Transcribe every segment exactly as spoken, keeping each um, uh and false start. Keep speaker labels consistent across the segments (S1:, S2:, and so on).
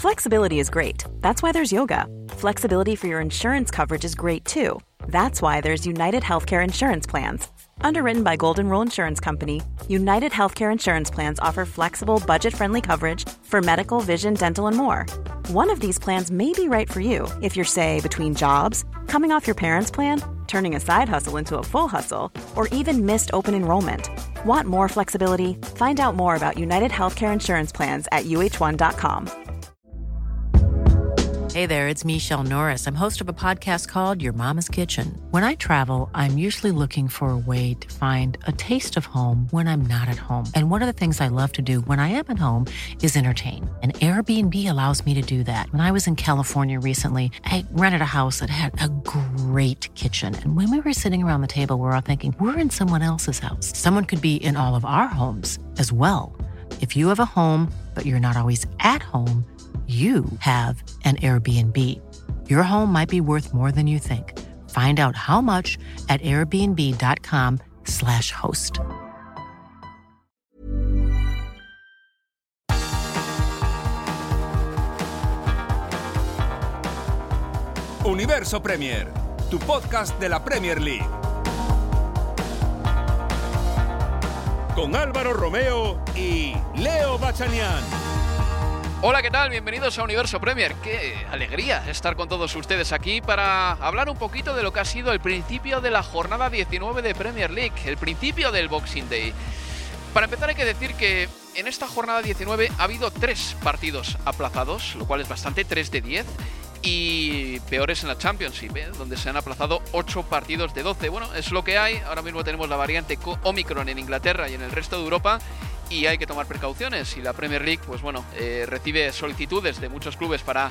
S1: Flexibility is great. That's why there's yoga. Flexibility for your insurance coverage is great too. That's why there's United Healthcare Insurance Plans. Underwritten by Golden Rule Insurance Company, United Healthcare Insurance Plans offer flexible, budget-friendly coverage for medical, vision, dental, and more. One of these plans may be right for you if you're, say, between jobs, coming off your parents' plan, turning a side hustle into a full hustle, or even missed open enrollment. Want more flexibility? Find out more about United Healthcare Insurance Plans at U H one dot com.
S2: Hey there, it's Michelle Norris. I'm host of a podcast called Your Mama's Kitchen. When I travel, I'm usually looking for a way to find a taste of home when I'm not at home. And one of the things I love to do when I am at home is entertain. And Airbnb allows me to do that. When I was in California recently, I rented a house that had a great kitchen. And when we were sitting around the table, we were all thinking, we're in someone else's house. Someone could be in all of our homes as well. If you have a home, but you're not always at home, you have an Airbnb. Your home might be worth more than you think. Find out how much at airbnb.com slash host.
S3: Universo Premier, tu podcast de la Premier League. Con Álvaro Romeo y Leo Bachanian.
S4: Hola, ¿qué tal? Bienvenidos a Universo Premier. Qué alegría estar con todos ustedes aquí para hablar un poquito de lo que ha sido el principio de la jornada diecinueve de Premier League, el principio del Boxing Day. Para empezar hay que decir que en esta jornada diecinueve ha habido tres partidos aplazados, lo cual es bastante, tres de diez, y peores en la Championship, ¿eh? Donde se han aplazado ocho partidos de doce. Bueno, es lo que hay. Ahora mismo tenemos la variante Omicron en Inglaterra y en el resto de Europa, y hay que tomar precauciones. Y la Premier League, pues bueno, eh, recibe solicitudes de muchos clubes para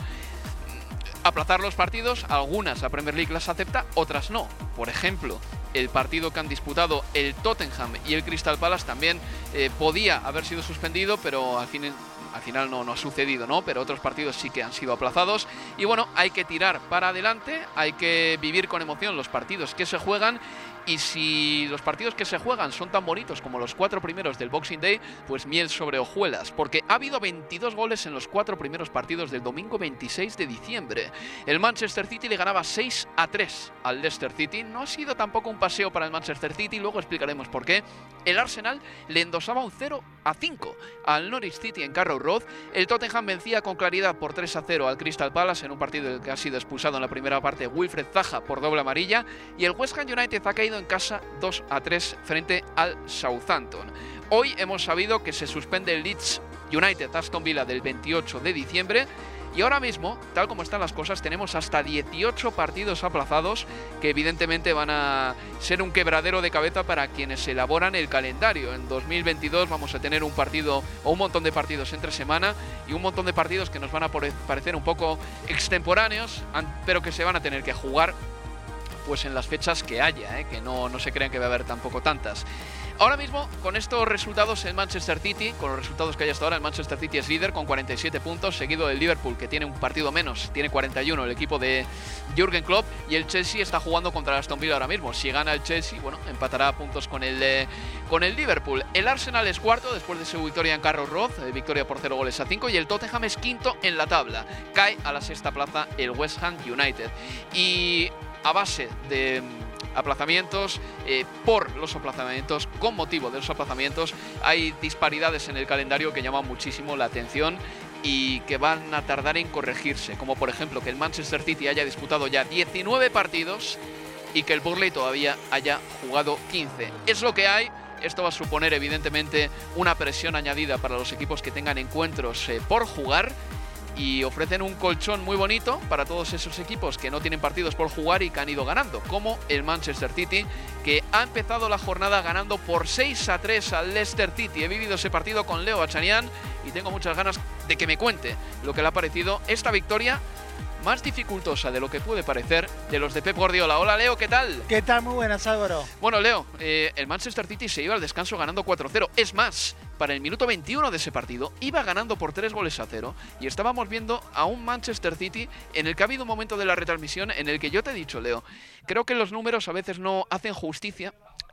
S4: aplazar los partidos. Algunas la Premier League las acepta, otras no. Por ejemplo, el partido que han disputado el Tottenham y el Crystal Palace también eh, podía haber sido suspendido, pero al fin Al final no, no ha sucedido, ¿no? Pero otros partidos sí que han sido aplazados. Y bueno, hay que tirar para adelante, hay que vivir con emoción los partidos que se juegan. Y si los partidos que se juegan son tan bonitos como los cuatro primeros del Boxing Day, pues miel sobre hojuelas, porque ha habido veintidós goles en los cuatro primeros partidos del domingo veintiséis de diciembre. El Manchester City le ganaba seis a tres al Leicester City. No ha sido tampoco un paseo para el Manchester City, luego explicaremos por qué. El Arsenal le endosaba un cero a cinco al Norwich City en Carrow Road. El Tottenham vencía con claridad por tres a cero al Crystal Palace en un partido del que ha sido expulsado en la primera parte Wilfred Zaha por doble amarilla. Y el West Ham United ha caído en casa dos a tres frente al Southampton. Hoy hemos sabido que se suspende el Leeds United Aston Villa del veintiocho de diciembre. Y ahora mismo, tal como están las cosas, tenemos hasta dieciocho partidos aplazados que evidentemente van a ser un quebradero de cabeza para quienes elaboran el calendario. En dos mil veintidós vamos a tener un partido o un montón de partidos entre semana y un montón de partidos que nos van a parecer un poco extemporáneos, pero que se van a tener que jugar pues en las fechas que haya, ¿eh? que no, no se crean que va a haber tampoco tantas. Ahora mismo, con estos resultados, el Manchester City, con los resultados que hay hasta ahora, el Manchester City es líder con cuarenta y siete puntos, seguido del Liverpool, que tiene un partido menos, tiene cuarenta y uno, el equipo de Jürgen Klopp, y el Chelsea está jugando contra el Aston Villa ahora mismo. Si gana el Chelsea, bueno, empatará a puntos con el, eh, con el Liverpool. El Arsenal es cuarto, después de su victoria en Carrow Road, eh, victoria por cero goles a cinco, y el Tottenham es quinto en la tabla. Cae a la sexta plaza el West Ham United. Y a base de aplazamientos, eh, por los aplazamientos, con motivo de los aplazamientos, hay disparidades en el calendario que llaman muchísimo la atención y que van a tardar en corregirse, como por ejemplo que el Manchester City haya disputado ya diecinueve partidos y que el Burnley todavía haya jugado quince. Es lo que hay. Esto va a suponer evidentemente una presión añadida para los equipos que tengan encuentros eh, por jugar, y ofrecen un colchón muy bonito para todos esos equipos que no tienen partidos por jugar y que han ido ganando, como el Manchester City, que ha empezado la jornada ganando por seis a tres al Leicester City. He vivido ese partido con Leo Bachanian y tengo muchas ganas de que me cuente lo que le ha parecido esta victoria más dificultosa de lo que puede parecer de los de Pep Guardiola. Hola Leo, ¿qué tal?
S5: ¿Qué tal? Muy buenas, Álvaro.
S4: Bueno Leo, eh, el Manchester City se iba al descanso ganando cuatro cero. Es más, para el minuto veintiuno de ese partido iba ganando por tres goles a cero y estábamos viendo a un Manchester City en el que ha habido un momento de la retransmisión en el que yo te he dicho, Leo, creo que los números a veces no hacen justicia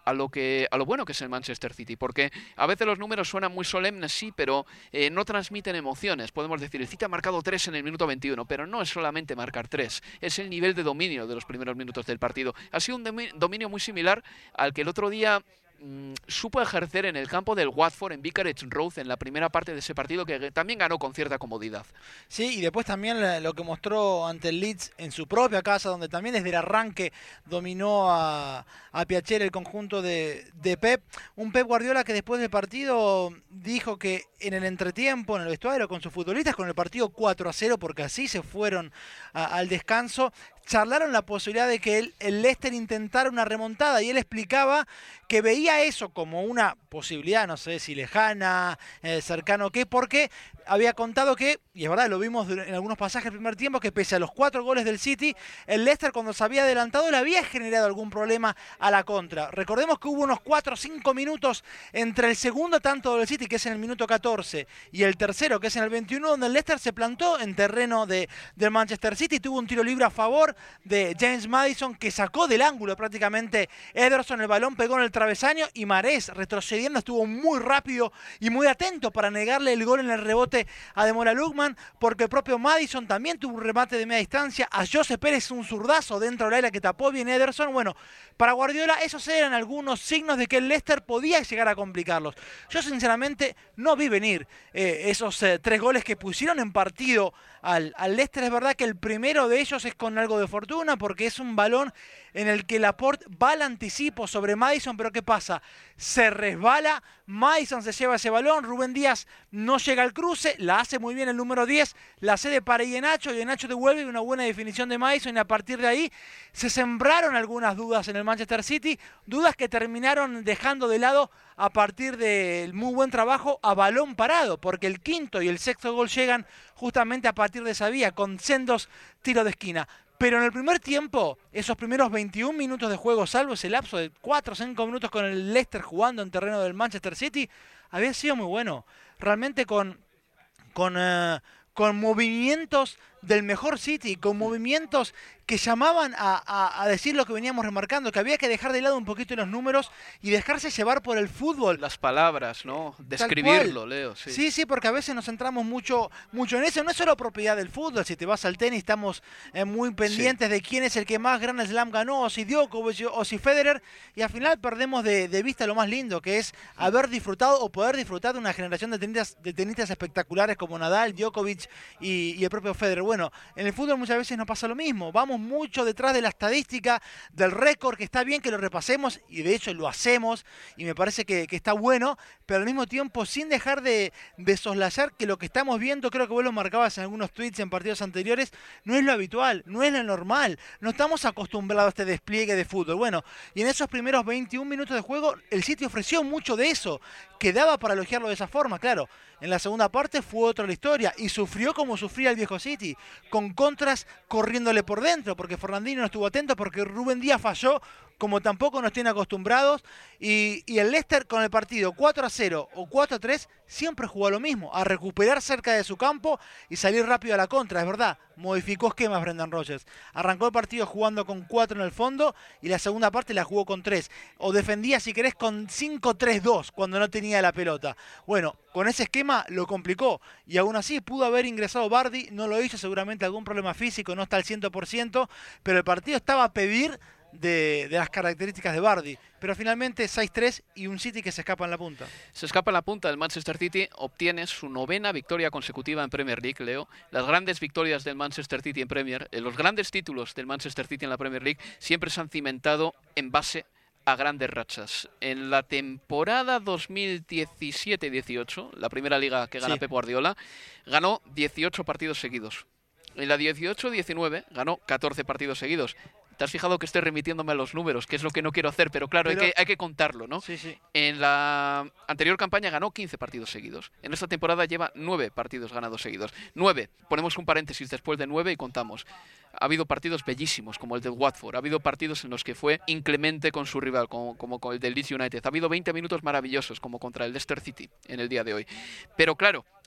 S4: a lo que a lo bueno que es el Manchester City, porque a veces los números suenan muy solemnes, sí, pero eh, no transmiten emociones. Podemos decir, el City ha marcado tres en el minuto veintiuno, pero no es solamente marcar tres, es el nivel de dominio de los primeros minutos del partido. Ha sido un dominio muy similar al que el otro día Mm, supo ejercer en el campo del Watford en Vicarage Road en la primera parte de ese partido, que también ganó con cierta comodidad.
S5: Sí, y después también lo que mostró ante el Leeds en su propia casa, donde también desde el arranque dominó a, a piacere el conjunto de, de Pep. Un Pep Guardiola que después del partido dijo que en el entretiempo, en el vestuario con sus futbolistas, con el partido cuatro a cero, porque así se fueron a, al descanso, charlaron la posibilidad de que el, el Leicester intentara una remontada, y él explicaba que veía eso como una posibilidad, no sé si lejana, eh, cercano o qué, porque había contado que, y es verdad, lo vimos en algunos pasajes del primer tiempo, que pese a los cuatro goles del City, el Leicester cuando se había adelantado le había generado algún problema a la contra. Recordemos que hubo unos cuatro o cinco minutos entre el segundo tanto del City, que es en el minuto catorce, y el tercero, que es en el veintiuno, donde el Leicester se plantó en terreno de, del Manchester City, tuvo un tiro libre a favor de James Maddison, que sacó del ángulo prácticamente Ederson, el balón pegó en el travesaño, y Mahrez, retrocediendo, estuvo muy rápido y muy atento para negarle el gol en el rebote a Demola Lookman, porque el propio Maddison también tuvo un remate de media distancia, a Jose Pérez un zurdazo dentro del área que tapó bien Ederson. Bueno, para Guardiola esos eran algunos signos de que el Leicester podía llegar a complicarlos. Yo sinceramente no vi venir eh, esos eh, tres goles que pusieron en partido al, al Leicester. Es verdad que el primero de ellos es con algo de fortuna, porque es un balón en el que Laporte va al anticipo sobre Maddison, pero ¿qué pasa? Se resbala, Maddison se lleva ese balón, Rubén Díaz no llega al cruce, la hace muy bien el número diez, la cede para Iheanacho, y Iheanacho devuelve una buena definición de Maddison, y a partir de ahí se sembraron algunas dudas en el Manchester City, dudas que terminaron dejando de lado a partir del muy buen trabajo a balón parado, porque el quinto y el sexto gol llegan justamente a partir de esa vía, con sendos tiros de esquina. Pero en el primer tiempo, esos primeros veintiún minutos de juego, salvo ese lapso de cuatro o cinco minutos con el Leicester jugando en terreno del Manchester City, había sido muy bueno. Realmente con, con, uh, con movimientos del mejor City, con movimientos que llamaban a, a, a decir lo que veníamos remarcando, que había que dejar de lado un poquito los números y dejarse llevar por el fútbol.
S4: Las palabras, ¿no? Describirlo, Leo. Sí.
S5: sí, sí, porque a veces nos centramos mucho, mucho en eso. No es solo propiedad del fútbol. Si te vas al tenis, estamos eh, muy pendientes sí. de quién es el que más Grand Slam ganó, o si Djokovic o si Federer, y al final perdemos de, de vista lo más lindo, que es haber disfrutado o poder disfrutar de una generación de tenistas, de tenistas espectaculares como Nadal, Djokovic y, y el propio Federer. Bueno, en el fútbol muchas veces nos pasa lo mismo. Vamos mucho detrás de la estadística, del récord, que está bien que lo repasemos, y de hecho lo hacemos, y me parece que, que está bueno, pero al mismo tiempo sin dejar de, de soslayar que lo que estamos viendo, creo que vos lo marcabas en algunos tweets en partidos anteriores, no es lo habitual, no es lo normal, no estamos acostumbrados a este despliegue de fútbol. Bueno, y en esos primeros veintiún minutos de juego, el City ofreció mucho de eso, que daba para elogiarlo de esa forma. Claro, en la segunda parte fue otra la historia, y sufrió como sufría el viejo City, con contras corriéndole por dentro, porque Fernandinho no estuvo atento, porque Rubén Díaz falló, como tampoco nos tienen acostumbrados, y, y el Leicester con el partido cuatro a cero o cuatro a tres siempre jugó a lo mismo, a recuperar cerca de su campo y salir rápido a la contra. Es verdad, modificó esquemas Brendan Rodgers, arrancó el partido jugando con cuatro en el fondo y la segunda parte la jugó con tres, o defendía si querés con cinco tres dos cuando no tenía la pelota. Bueno, con ese esquema lo complicó, y aún así pudo haber ingresado Vardy, no lo hizo, seguramente algún problema físico, no está al cien por ciento, pero el partido estaba a pedir De, de las características de Vardy, pero finalmente seis tres y un City que se escapa en la punta.
S4: Se escapa en la punta. El Manchester City obtiene su novena victoria consecutiva en Premier League, Leo. Las grandes victorias del Manchester City en Premier, eh, los grandes títulos del Manchester City en la Premier League siempre se han cimentado en base a grandes rachas. En la temporada dos mil diecisiete dieciocho, la primera liga que gana sí. Pep Guardiola, ganó dieciocho partidos seguidos. En la dieciocho diecinueve ganó catorce partidos seguidos. ¿Te has fijado que estoy remitiéndome a los números? Que es lo que no quiero hacer, pero claro, pero, hay, que, hay que contarlo, ¿no?
S5: Sí, sí.
S4: En la anterior campaña ganó quince partidos seguidos. En esta temporada lleva nueve partidos ganados seguidos. nueve. Ponemos un paréntesis después de nueve y contamos. Ha habido partidos bellísimos, como el del Watford. Ha habido partidos en los que fue inclemente con su rival, como, como con el del Leeds United. Ha habido veinte minutos maravillosos, como contra el Leicester City en el día de hoy. Pero claro,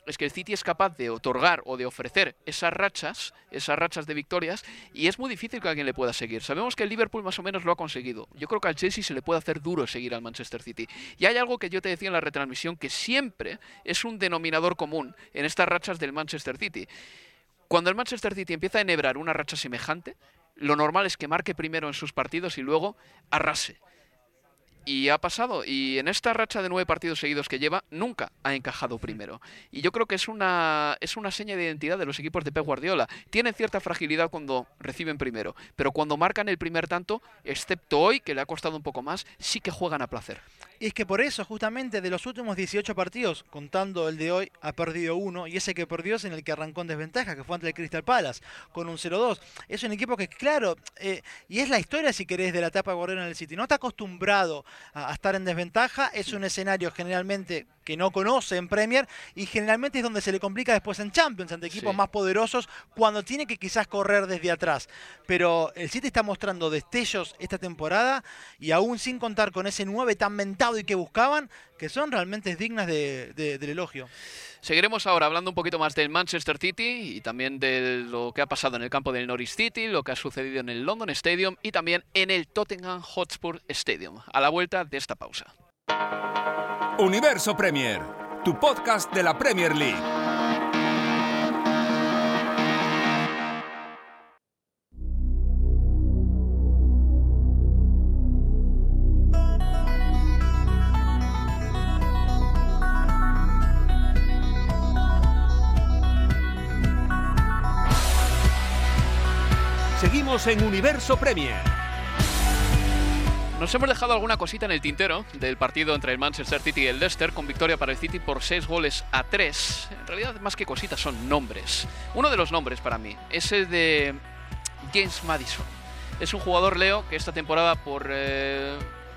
S4: es que el City es capaz de otorgar o de ofrecer esas rachas, esas rachas de victorias, y es muy difícil que alguien le pueda seguir. Sabemos que el Liverpool más o menos lo ha conseguido. Yo creo que al Chelsea se le puede hacer duro seguir al Manchester City. Y hay algo que yo te decía en la retransmisión, que siempre es un denominador común en estas rachas del Manchester City. Cuando el Manchester City empieza a enhebrar una racha semejante, lo normal es que marque primero en sus partidos y luego arrase. Y ha pasado, y en esta racha de nueve partidos seguidos que lleva, nunca ha encajado primero. Y yo creo que es una, es una seña de identidad de los equipos de Pep Guardiola. Tienen cierta fragilidad cuando reciben primero, pero cuando marcan el primer tanto, excepto hoy, que le ha costado un poco más, sí que juegan a placer.
S5: Y es que por eso, justamente, de los últimos dieciocho partidos, contando el de hoy, ha perdido uno, y ese que perdió es en el que arrancó en desventaja, que fue ante el Crystal Palace, con un cero dos. Es un equipo que, claro, eh, y es la historia, si querés, de la etapa Guardiola en el City. No está acostumbrado a, a estar en desventaja, es un escenario generalmente que no conoce en Premier, y generalmente es donde se le complica después en Champions, ante equipos sí. más poderosos, cuando tiene que quizás correr desde atrás. Pero el City está mostrando destellos esta temporada, y aún sin contar con ese nueve tan mentado y que buscaban, que son realmente dignas de, de, del elogio.
S4: Seguiremos ahora hablando un poquito más del Manchester City y también de lo que ha pasado en el campo del Norwich City, lo que ha sucedido en el London Stadium y también en el Tottenham Hotspur Stadium, a la vuelta de esta pausa.
S3: Universo Premier, tu podcast de la Premier League. Seguimos en Universo Premier.
S4: Nos hemos dejado alguna cosita en el tintero del partido entre el Manchester City y el Leicester, con victoria para el City por seis goles a tres. En realidad, más que cositas, son nombres. Uno de los nombres para mí es el de James Maddison. Es un jugador, Leo, que esta temporada por... Eh,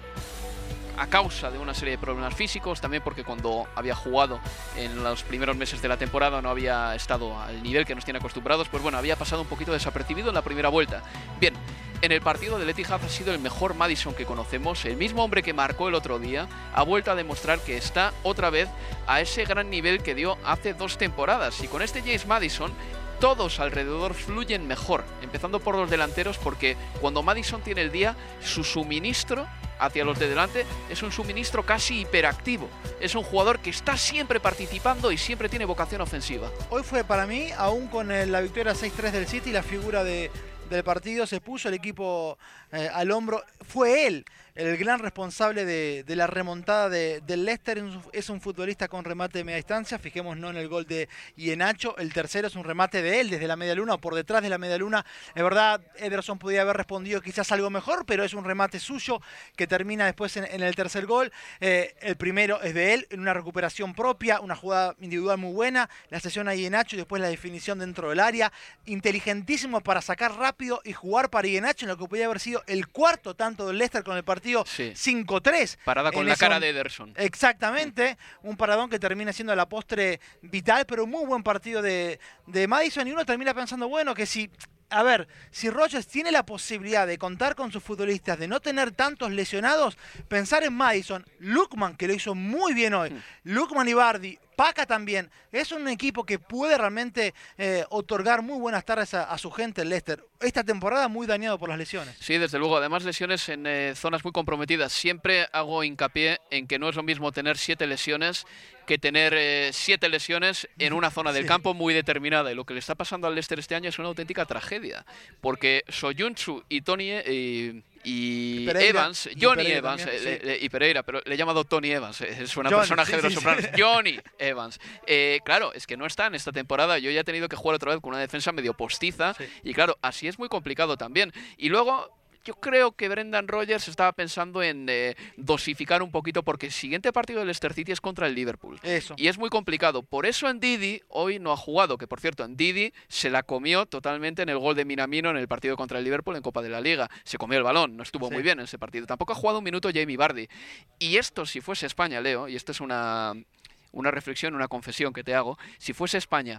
S4: a causa de una serie de problemas físicos, también porque cuando había jugado en los primeros meses de la temporada no había estado al nivel que nos tiene acostumbrados, pues bueno, había pasado un poquito desapercibido en la primera vuelta. Bien, en el partido del Etihad ha sido el mejor Maddison que conocemos, el mismo hombre que marcó el otro día, ha vuelto a demostrar que está otra vez a ese gran nivel que dio hace dos temporadas, y con este James Maddison todos alrededor fluyen mejor, empezando por los delanteros, porque cuando Maddison tiene el día, su suministro hacia los de delante es un suministro casi hiperactivo. Es un jugador que está siempre participando y siempre tiene vocación ofensiva.
S5: Hoy fue para mí, aún con el, la victoria seis tres del City, la figura de, del partido, se puso el equipo eh, al hombro. Fue él el gran responsable de, de la remontada de, del Leicester. Es un futbolista con remate de media distancia. Fijémonos en el gol de Iheanacho. El tercero es un remate de él desde la media luna o por detrás de la media luna. Es verdad, Ederson podía haber respondido quizás algo mejor, pero es un remate suyo que termina después en, en el tercer gol. Eh, el primero es de él, en una recuperación propia, una jugada individual muy buena. La sesión a Iheanacho y después la definición dentro del área. Inteligentísimo para sacar rápido y jugar para Iheanacho en lo que podía haber sido el cuarto tanto del Leicester con el partido
S4: sí.
S5: cinco tres.
S4: Parada con la cara de Ederson.
S5: Exactamente, un paradón que termina siendo a la postre vital, pero un muy buen partido de, de Maddison, y uno termina pensando, bueno, que si... A ver, si Rodgers tiene la posibilidad de contar con sus futbolistas, de no tener tantos lesionados, pensar en Maddison, Lookman, que lo hizo muy bien hoy, mm. Lookman y Vardy, Paca también, es un equipo que puede realmente eh, otorgar muy buenas tardes a, a su gente, el Leicester. Esta temporada muy dañado por las lesiones.
S4: Sí, desde luego, además lesiones en eh, zonas muy comprometidas. Siempre hago hincapié en que no es lo mismo tener siete lesiones que tener eh, siete lesiones en una zona del sí. campo muy determinada, y lo que le está pasando al Leicester este año es una auténtica tragedia, porque Soyuncu y Tony eh, y Pereira, Evans, y Johnny Pereira Evans también, eh, sí. le, y Pereira, pero le he llamado Tony Evans, eh, es un personaje sí, de los sí, Sopranos, sí. Johnny Evans. Eh, claro, es que no está en esta temporada, yo ya he tenido que jugar otra vez con una defensa medio postiza, sí. y claro, así es muy complicado también. Y luego... Yo creo que Brendan Rodgers estaba pensando en eh, dosificar un poquito, porque el siguiente partido del Leicester City es contra el Liverpool.
S5: Eso.
S4: Y es muy complicado. Por eso Ndidi hoy no ha jugado, que por cierto, Ndidi se la comió totalmente en el gol de Minamino en el partido contra el Liverpool en Copa de la Liga. Se comió el balón, no estuvo sí. muy bien en ese partido. Tampoco ha jugado un minuto Jamie Vardy. Y esto, si fuese España, Leo, y esto es una, una reflexión, una confesión que te hago, si fuese España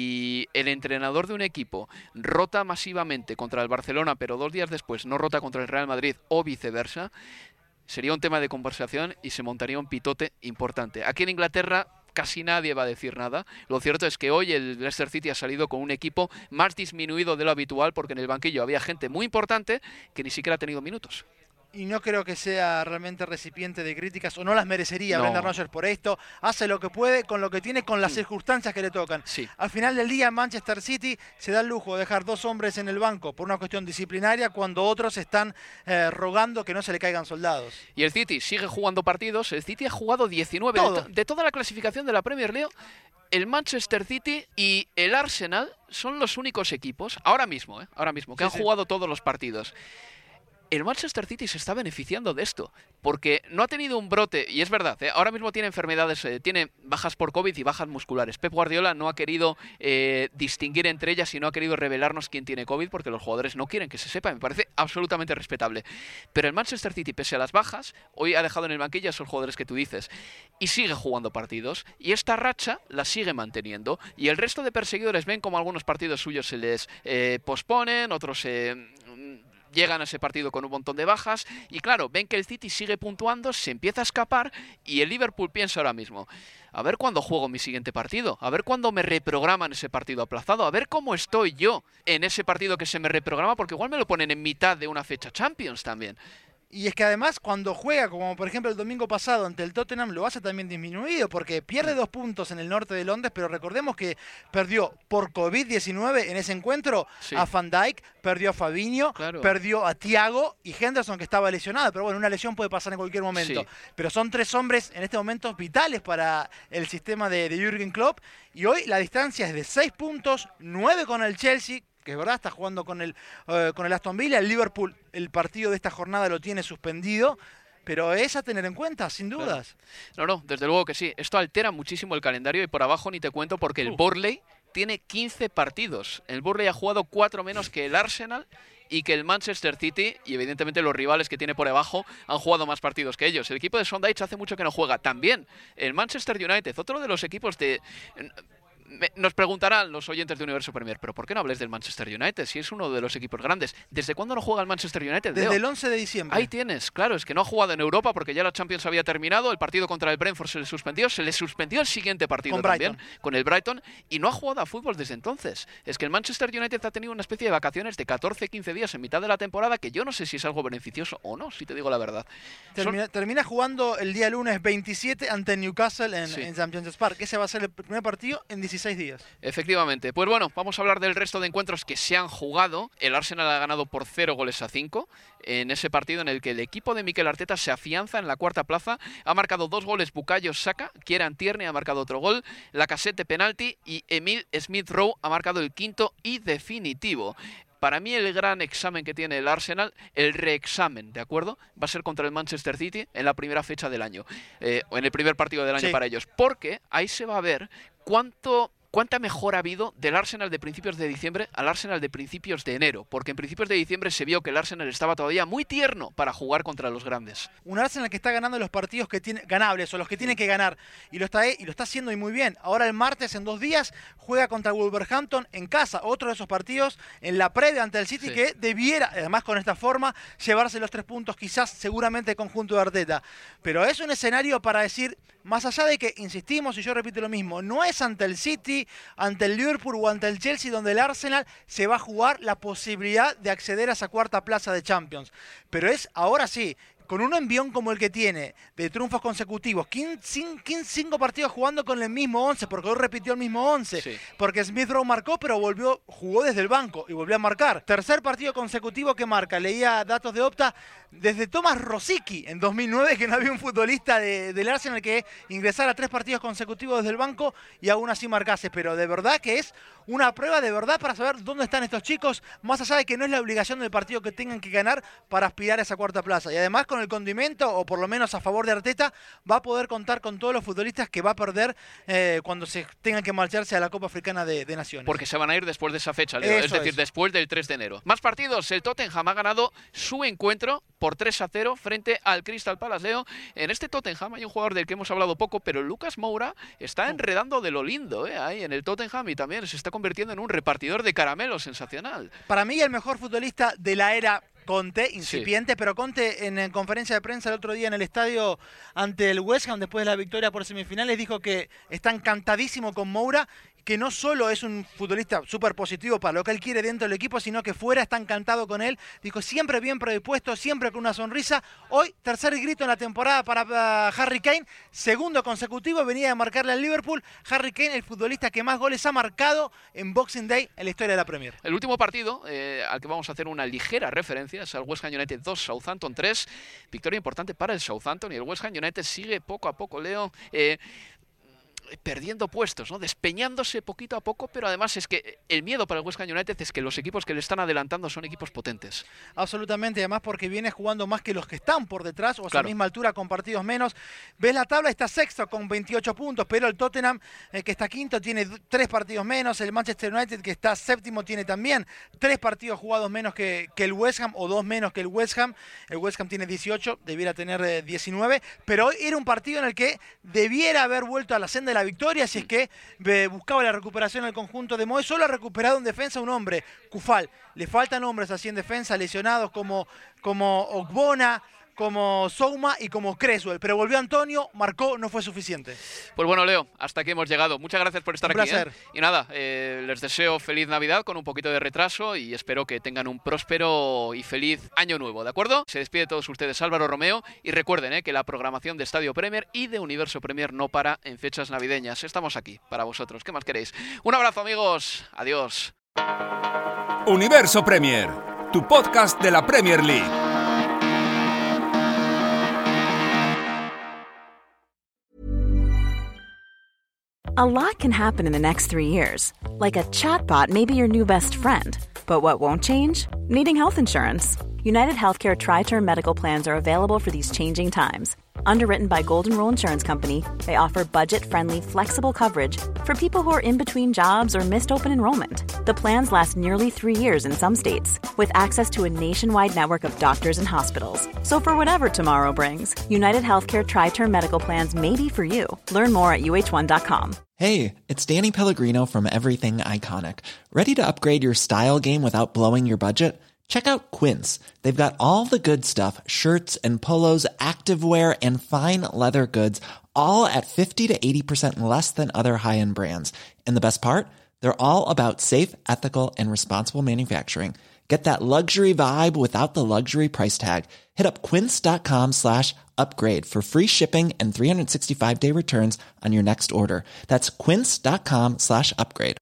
S4: y el entrenador de un equipo rota masivamente contra el Barcelona, pero dos días después no rota contra el Real Madrid o viceversa, sería un tema de conversación y se montaría un pitote importante. Aquí en Inglaterra casi nadie va a decir nada. Lo cierto es que hoy el Leicester City ha salido con un equipo más disminuido de lo habitual porque en el banquillo había gente muy importante que ni siquiera ha tenido minutos.
S5: Y no creo que sea realmente recipiente de críticas, o no las merecería
S4: No.
S5: Brendan Rodgers por esto. Hace lo que puede con lo que tiene, con las circunstancias que le tocan.
S4: Sí.
S5: Al final del día, Manchester City se da el lujo de dejar dos hombres en el banco por una cuestión disciplinaria cuando otros están eh, rogando que no se le caigan soldados.
S4: Y el City sigue jugando partidos. El City ha jugado diecinueve.
S5: Todo.
S4: De, to- de toda la clasificación de la Premier League, el Manchester City y el Arsenal son los únicos equipos, ahora mismo, ¿eh? ahora mismo, que
S5: Sí,
S4: han
S5: sí.
S4: jugado todos los partidos. El Manchester City se está beneficiando de esto, porque no ha tenido un brote, y es verdad, ¿eh? ahora mismo tiene enfermedades, eh, tiene bajas por COVID y bajas musculares. Pep Guardiola no ha querido eh, distinguir entre ellas y no ha querido revelarnos quién tiene COVID, porque los jugadores no quieren que se sepa, me parece absolutamente respetable. Pero el Manchester City, pese a las bajas, hoy ha dejado en el banquillo a esos jugadores que tú dices, y sigue jugando partidos, y esta racha la sigue manteniendo, y el resto de perseguidores ven como algunos partidos suyos se les eh, posponen, otros se... Eh, llegan a ese partido con un montón de bajas y claro, ven que el City sigue puntuando, se empieza a escapar y el Liverpool piensa ahora mismo, a ver cuándo juego mi siguiente partido, a ver cuándo me reprograman ese partido aplazado, a ver cómo estoy yo en ese partido que se me reprograma, porque igual me lo ponen en mitad de una fecha Champions también.
S5: Y es que además cuando juega, como por ejemplo el domingo pasado ante el Tottenham, lo hace también disminuido, porque pierde dos puntos en el norte de Londres, pero recordemos que perdió por COVID diecinueve en ese encuentro
S4: Sí.
S5: a Van Dijk, perdió a Fabinho,
S4: Claro.
S5: perdió a Thiago y Henderson, que estaba lesionado, pero bueno, una lesión puede pasar en cualquier momento.
S4: Sí.
S5: Pero son tres hombres en este momento vitales para el sistema de, de Jürgen Klopp, y hoy la distancia es de seis puntos, nueve con el Chelsea, que es verdad, está jugando con el, eh, con el Aston Villa. El Liverpool, el partido de esta jornada lo tiene suspendido, pero es a tener en cuenta, sin dudas.
S4: No, no, desde luego que sí. Esto altera muchísimo el calendario y por abajo ni te cuento porque el Burnley tiene quince partidos. El Burnley ha jugado cuatro menos que el Arsenal y que el Manchester City, y evidentemente los rivales que tiene por abajo han jugado más partidos que ellos. El equipo de Sondage hace mucho que no juega. También el Manchester United, otro de los equipos de... Me, nos preguntarán los oyentes de Universo Premier, pero ¿por qué no hables del Manchester United? Si es uno de los equipos grandes. ¿Desde cuándo no juega el Manchester United,
S5: Desde
S4: Leo?
S5: el once de diciembre.
S4: Ahí tienes, claro, es que no ha jugado en Europa porque ya la Champions había terminado, el partido contra el Brentford se le suspendió, se le suspendió el siguiente partido
S5: Con
S4: también,
S5: Brighton.
S4: con el Brighton, y no ha jugado a fútbol desde entonces. Es que el Manchester United ha tenido una especie de vacaciones de catorce quince días en mitad de la temporada que yo no sé si es algo beneficioso o no, si te digo la verdad. Son-
S5: Termina, termina jugando el día lunes veintisiete ante Newcastle en,
S4: Sí.
S5: en Saint James's Park. Ese va a ser el primer partido en dieciséis días.
S4: Efectivamente. Pues bueno, vamos a hablar del resto de encuentros que se han jugado. El Arsenal ha ganado por cero goles a cinco en ese partido en el que el equipo de Mikel Arteta se afianza en la cuarta plaza. Ha marcado dos goles Bukayo Saka, Kieran Tierney ha marcado otro gol, Lacazette de penalti y Emil Smith-Rowe ha marcado el quinto y definitivo. Para mí el gran examen que tiene el Arsenal, el reexamen, ¿de acuerdo? Va a ser contra el Manchester City en la primera fecha del año, eh, o en el primer partido del año
S5: Sí.
S4: para ellos, porque ahí se va a ver cuánto... ¿Cuánta mejora ha habido del Arsenal de principios de diciembre al Arsenal de principios de enero? Porque en principios de diciembre se vio que el Arsenal estaba todavía muy tierno para jugar contra los grandes.
S5: Un Arsenal que está ganando los partidos que tiene ganables o los que tiene que ganar y lo está y lo está haciendo y muy bien. Ahora el martes en dos días juega contra Wolverhampton en casa, otro de esos partidos en la previa ante el City
S4: Sí.
S5: que debiera, además con esta forma, llevarse los tres puntos quizás seguramente el conjunto de Arteta. Pero es un escenario para decir, más allá de que, insistimos y yo repito lo mismo, no es ante el City, ante el Liverpool o ante el Chelsea donde el Arsenal se va a jugar la posibilidad de acceder a esa cuarta plaza de Champions. Pero es ahora sí, con un envión como el que tiene, de triunfos consecutivos, cinco partidos jugando con el mismo once, porque hoy repitió el mismo once,
S4: Sí.
S5: porque Smith-Rowe marcó, pero volvió, jugó desde el banco y volvió a marcar. Tercer partido consecutivo que marca, leía datos de Opta, desde Thomas Rosicky en dos mil nueve, que no había un futbolista de, del Arsenal que ingresara tres partidos consecutivos desde el banco y aún así marcase, pero de verdad que es una prueba de verdad para saber dónde están estos chicos, más allá de que no es la obligación del partido que tengan que ganar para aspirar a esa cuarta plaza. Y además con el condimento, o por lo menos a favor de Arteta, va a poder contar con todos los futbolistas que va a perder eh, cuando se tengan que marcharse a la Copa Africana de, de Naciones.
S4: Porque se van a ir después de esa fecha, Leo,
S5: Eso
S4: es decir,
S5: es.
S4: después del tres de enero. Más partidos, el Tottenham ha ganado su encuentro por tres a cero frente al Crystal Palace, Leo. En este Tottenham hay un jugador del que hemos hablado poco, pero Lucas Moura está enredando de lo lindo, ¿eh? Ahí en el Tottenham, y también se está convirtiendo en un repartidor de caramelos sensacional.
S5: Para mí el mejor futbolista de la era Conte, incipiente, sí. Pero Conte en, en conferencia de prensa el otro día en el estadio ante el West Ham, después de la victoria por semifinales, dijo que está encantadísimo con Moura, que no solo es un futbolista súper positivo para lo que él quiere dentro del equipo, sino que fuera está encantado con él. Dijo, siempre bien predispuesto, siempre con una sonrisa. Hoy, tercer grito en la temporada para uh, Harry Kane, segundo consecutivo, venía de marcarle al Liverpool. Harry Kane, el futbolista que más goles ha marcado en Boxing Day en la historia de la Premier.
S4: El último partido, eh, al que vamos a hacer una ligera referencia, es al West Ham United dos, Southampton tres. Victoria importante para el Southampton, y el West Ham United sigue poco a poco, Leo, eh, perdiendo puestos, ¿no? Despeñándose poquito a poco, pero además es que el miedo para el West Ham United es que los equipos que le están adelantando son equipos potentes.
S5: Absolutamente, además porque viene jugando más que los que están por detrás, o a
S4: claro.
S5: esa misma altura con partidos menos. Ves la tabla, está sexto con veintiocho puntos, pero el Tottenham, eh, que está quinto, tiene tres partidos menos. El Manchester United, que está séptimo, tiene también tres partidos jugados menos que, que el West Ham, o dos menos que el West Ham. El West Ham tiene dieciocho, debiera tener eh, diecinueve, pero hoy era un partido en el que debiera haber vuelto a la senda de la victoria, si es que eh, buscaba la recuperación del conjunto de Moyes. Solo ha recuperado en defensa un hombre, Kufal. Le faltan hombres así en defensa, lesionados como, como Ogbonna, como Souma y como Creswell, pero volvió Antonio, marcó, no fue suficiente.
S4: Pues bueno, Leo, hasta aquí hemos llegado. Muchas gracias por estar
S5: un
S4: aquí.
S5: Placer.
S4: ¿eh? Y nada, eh, les deseo feliz Navidad con un poquito de retraso y espero que tengan un próspero y feliz año nuevo, ¿de acuerdo? Se despide de todos ustedes Álvaro Romeo y recuerden eh, que la programación de Estadio Premier y de Universo Premier no para en fechas navideñas. Estamos aquí para vosotros. ¿Qué más queréis? Un abrazo, amigos. Adiós.
S3: Universo Premier, tu podcast de la Premier League.
S1: A lot can happen in the next three years. Like a chatbot may be your new best friend. But what won't change? Needing health insurance. United Healthcare Tri-Term Medical Plans are available for these changing times. Underwritten by Golden Rule Insurance Company, they offer budget-friendly, flexible coverage for people who are in between jobs or missed open enrollment. The plans last nearly three years in some states, with access to a nationwide network of doctors and hospitals. So for whatever tomorrow brings, United Healthcare Tri-Term Medical Plans may be for you. Learn more at U H one dot com.
S6: Hey, it's Danny Pellegrino from Everything Iconic. Ready to upgrade your style game without blowing your budget? Check out Quince. They've got all the good stuff, shirts and polos, activewear, and fine leather goods, all at fifty to eighty percent less than other high-end brands. And the best part? They're all about safe, ethical, and responsible manufacturing. Get that luxury vibe without the luxury price tag. Hit up quince.com slash upgrade for free shipping and three sixty-five day returns on your next order. That's quince.com slash upgrade.